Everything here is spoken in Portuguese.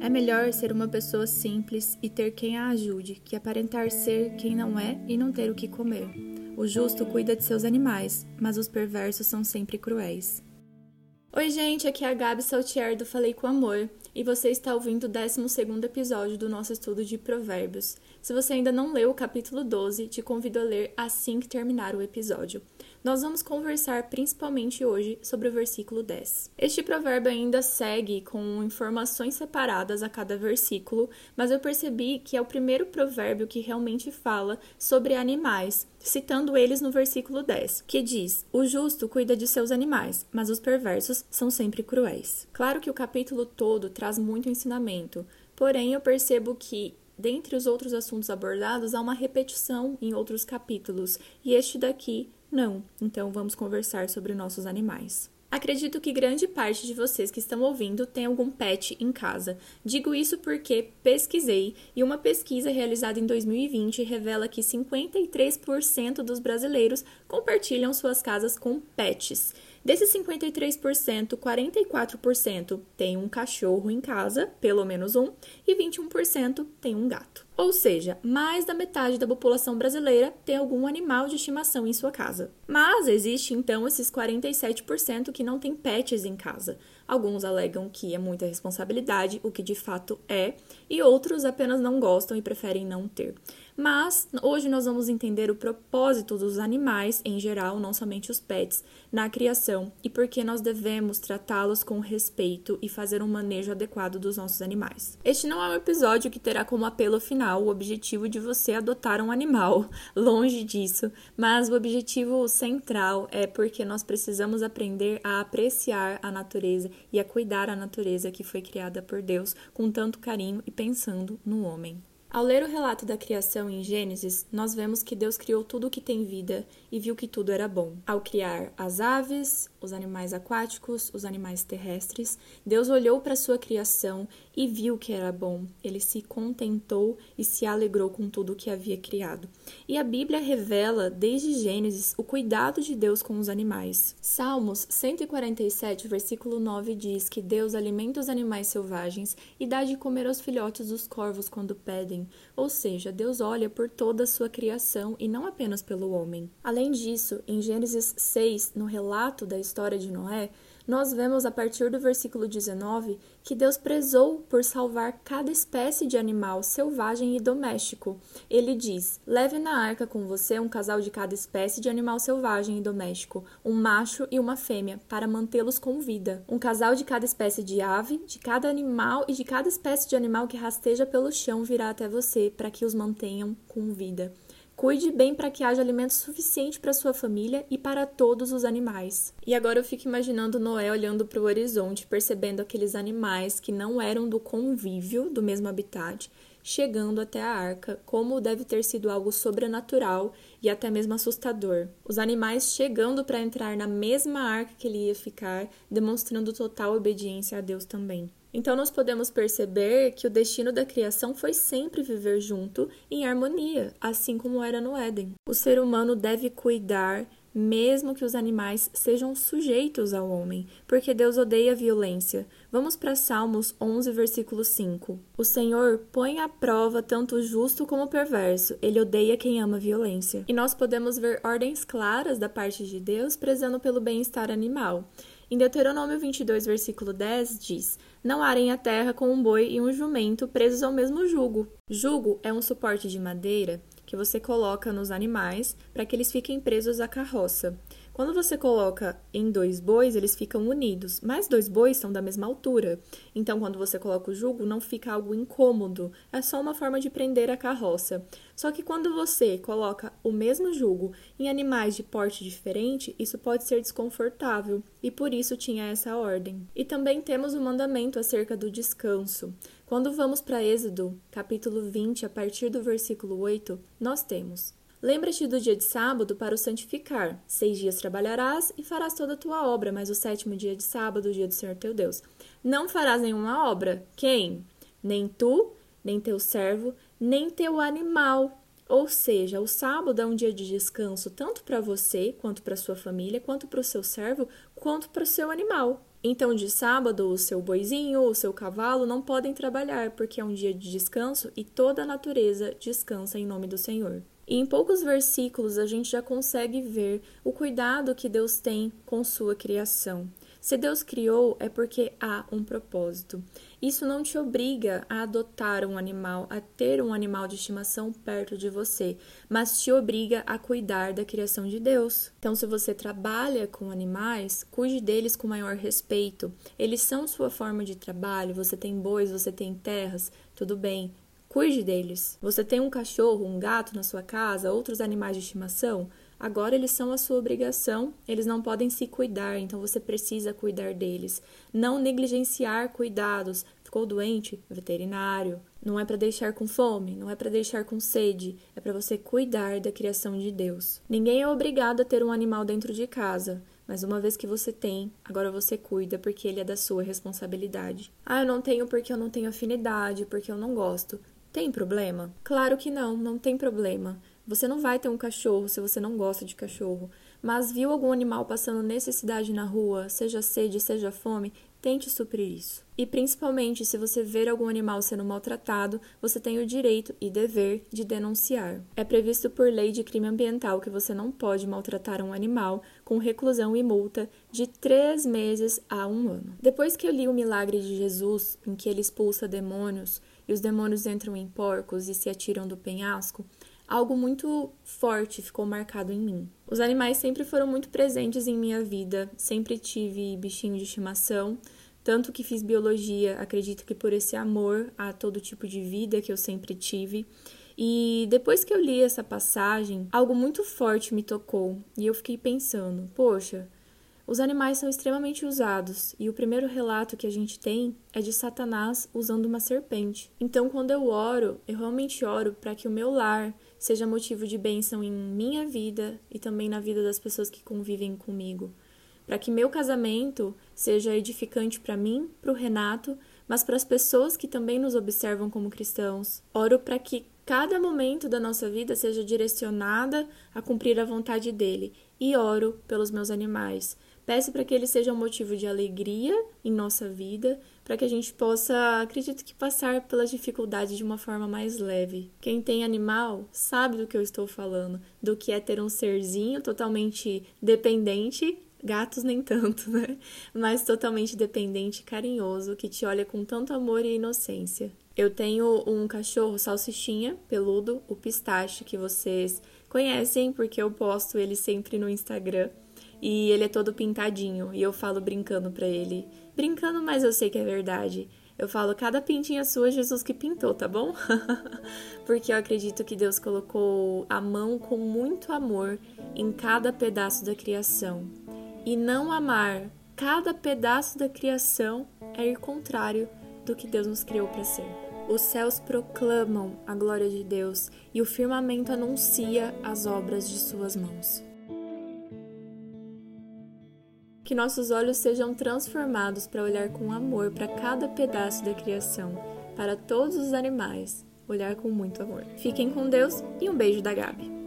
É melhor ser uma pessoa simples e ter quem a ajude, que aparentar ser quem não é e não ter o que comer. O justo cuida de seus animais, mas os perversos são sempre cruéis. Oi gente, aqui é a Gabi Saltier do Falei com Amor e você está ouvindo o 12º episódio do nosso estudo de Provérbios. Se você ainda não leu o capítulo 12, te convido a ler assim que terminar o episódio. Nós vamos conversar principalmente hoje sobre o versículo 10. Este provérbio ainda segue com informações separadas a cada versículo, mas eu percebi que é o primeiro provérbio que realmente fala sobre animais, citando eles no versículo 10, que diz: "O justo cuida de seus animais, mas os perversos são sempre cruéis." Claro que o capítulo todo traz muito ensinamento, porém eu percebo que dentre os outros assuntos abordados há uma repetição em outros capítulos, e este daqui não. Então vamos conversar sobre nossos animais. Acredito que grande parte de vocês que estão ouvindo tem algum pet em casa. Digo isso porque pesquisei e uma pesquisa realizada em 2020 revela que 53% dos brasileiros compartilham suas casas com pets. Desses 53%, 44% tem um cachorro em casa, pelo menos um, e 21% tem um gato. Ou seja, mais da metade da população brasileira tem algum animal de estimação em sua casa. Mas existe então esses 47% que não tem pets em casa. Alguns alegam que é muita responsabilidade, o que de fato é, e outros apenas não gostam e preferem não ter. Mas hoje nós vamos entender o propósito dos animais em geral, não somente os pets, na criação e por que nós devemos tratá-los com respeito e fazer um manejo adequado dos nossos animais. Este não é um episódio que terá como apelo final o objetivo de você adotar um animal, longe disso, mas o objetivo central é porque nós precisamos aprender a apreciar a natureza e a cuidar da natureza que foi criada por Deus com tanto carinho e pensando no homem. Ao ler o relato da criação em Gênesis, nós vemos que Deus criou tudo o que tem vida e viu que tudo era bom. Ao criar as aves, os animais aquáticos, os animais terrestres, Deus olhou para sua criação e viu que era bom. Ele se contentou e se alegrou com tudo o que havia criado. E a Bíblia revela, desde Gênesis, o cuidado de Deus com os animais. Salmos 147, versículo 9 diz que Deus alimenta os animais selvagens e dá de comer aos filhotes dos corvos quando pedem. Ou seja, Deus olha por toda a sua criação e não apenas pelo homem. Além disso, em Gênesis 6, no relato da história de Noé, nós vemos a partir do versículo 19 que Deus prezou por salvar cada espécie de animal selvagem e doméstico. Ele diz: "Leve na arca com você um casal de cada espécie de animal selvagem e doméstico, um macho e uma fêmea, para mantê-los com vida. Um casal de cada espécie de ave, de cada animal e de cada espécie de animal que rasteja pelo chão virá até você, para que os mantenham com vida. Cuide bem para que haja alimento suficiente para sua família e para todos os animais." E agora eu fico imaginando Noé olhando para o horizonte, percebendo aqueles animais que não eram do convívio, do mesmo habitat, chegando até a arca, como deve ter sido algo sobrenatural e até mesmo assustador. Os animais chegando para entrar na mesma arca que ele ia ficar, demonstrando total obediência a Deus também. Então, nós podemos perceber que o destino da criação foi sempre viver junto, em harmonia, assim como era no Éden. O ser humano deve cuidar, mesmo que os animais sejam sujeitos ao homem, porque Deus odeia a violência. Vamos para Salmos 11, versículo 5. "O Senhor põe à prova tanto o justo como o perverso. Ele odeia quem ama a violência." E nós podemos ver ordens claras da parte de Deus prezando pelo bem-estar animal. Em Deuteronômio 22, versículo 10, diz: "Não arem a terra com um boi e um jumento presos ao mesmo jugo." Jugo é um suporte de madeira que você coloca nos animais para que eles fiquem presos à carroça. Quando você coloca em 2 bois, eles ficam unidos, mas 2 bois são da mesma altura. Então, quando você coloca o jugo, não fica algo incômodo, é só uma forma de prender a carroça. Só que quando você coloca o mesmo jugo em animais de porte diferente, isso pode ser desconfortável, e por isso tinha essa ordem. E também temos o mandamento acerca do descanso. Quando vamos para Êxodo, capítulo 20, a partir do versículo 8, nós temos: "Lembra-te do dia de sábado para o santificar. 6 dias trabalharás e farás toda a tua obra, mas o 7º dia de sábado, o dia do Senhor teu Deus. Não farás nenhuma obra." Quem? Nem tu, nem teu servo, nem teu animal. Ou seja, o sábado é um dia de descanso tanto para você, quanto para sua família, quanto para o seu servo, quanto para o seu animal. Então, de sábado, o seu boizinho, o seu cavalo não podem trabalhar, porque é um dia de descanso e toda a natureza descansa em nome do Senhor. E em poucos versículos a gente já consegue ver o cuidado que Deus tem com sua criação. Se Deus criou, é porque há um propósito. Isso não te obriga a adotar um animal, a ter um animal de estimação perto de você, mas te obriga a cuidar da criação de Deus. Então, se você trabalha com animais, cuide deles com maior respeito. Eles são sua forma de trabalho, você tem bois, você tem terras, tudo bem. Cuide deles. Você tem um cachorro, um gato na sua casa, outros animais de estimação? Agora eles são a sua obrigação, eles não podem se cuidar, então você precisa cuidar deles. Não negligenciar cuidados. Ficou doente? Veterinário. Não é para deixar com fome, não é para deixar com sede, é para você cuidar da criação de Deus. Ninguém é obrigado a ter um animal dentro de casa, mas uma vez que você tem, agora você cuida porque ele é da sua responsabilidade. Eu não tenho porque eu não tenho afinidade, porque eu não gosto. Tem problema? Claro que não, não tem problema. Você não vai ter um cachorro se você não gosta de cachorro, mas viu algum animal passando necessidade na rua, seja sede, seja fome, tente suprir isso. E principalmente, se você ver algum animal sendo maltratado, você tem o direito e dever de denunciar. É previsto por lei de crime ambiental que você não pode maltratar um animal com reclusão e multa de 3 meses a 1 ano. Depois que eu li o milagre de Jesus, em que ele expulsa demônios, e os demônios entram em porcos e se atiram do penhasco, algo muito forte ficou marcado em mim. Os animais sempre foram muito presentes em minha vida, sempre tive bichinho de estimação, tanto que fiz biologia, acredito que por esse amor a todo tipo de vida que eu sempre tive. E depois que eu li essa passagem, algo muito forte me tocou e eu fiquei pensando, poxa, os animais são extremamente usados e o primeiro relato que a gente tem é de Satanás usando uma serpente. Então, quando eu oro, eu realmente oro para que o meu lar seja motivo de bênção em minha vida e também na vida das pessoas que convivem comigo. Para que meu casamento seja edificante para mim, para o Renato, mas para as pessoas que também nos observam como cristãos. Oro para que cada momento da nossa vida seja direcionada a cumprir a vontade dele e oro pelos meus animais. Peço para que eles sejam motivo de alegria em nossa vida, para que a gente possa, acredito que, passar pelas dificuldades de uma forma mais leve. Quem tem animal sabe do que eu estou falando, do que é ter um serzinho totalmente dependente, gatos nem tanto, né? Mas totalmente dependente e carinhoso, que te olha com tanto amor e inocência. Eu tenho um cachorro salsichinha, peludo, o Pistache, que vocês conhecem, porque eu posto ele sempre no Instagram. E ele é todo pintadinho, e eu falo brincando pra ele. Brincando, mas eu sei que é verdade. Eu falo, cada pintinha sua, Jesus que pintou, tá bom? Porque eu acredito que Deus colocou a mão com muito amor em cada pedaço da criação. E não amar cada pedaço da criação é ir contrário do que Deus nos criou para ser. Os céus proclamam a glória de Deus e o firmamento anuncia as obras de suas mãos. Que nossos olhos sejam transformados para olhar com amor para cada pedaço da criação, para todos os animais, olhar com muito amor. Fiquem com Deus e um beijo da Gabi.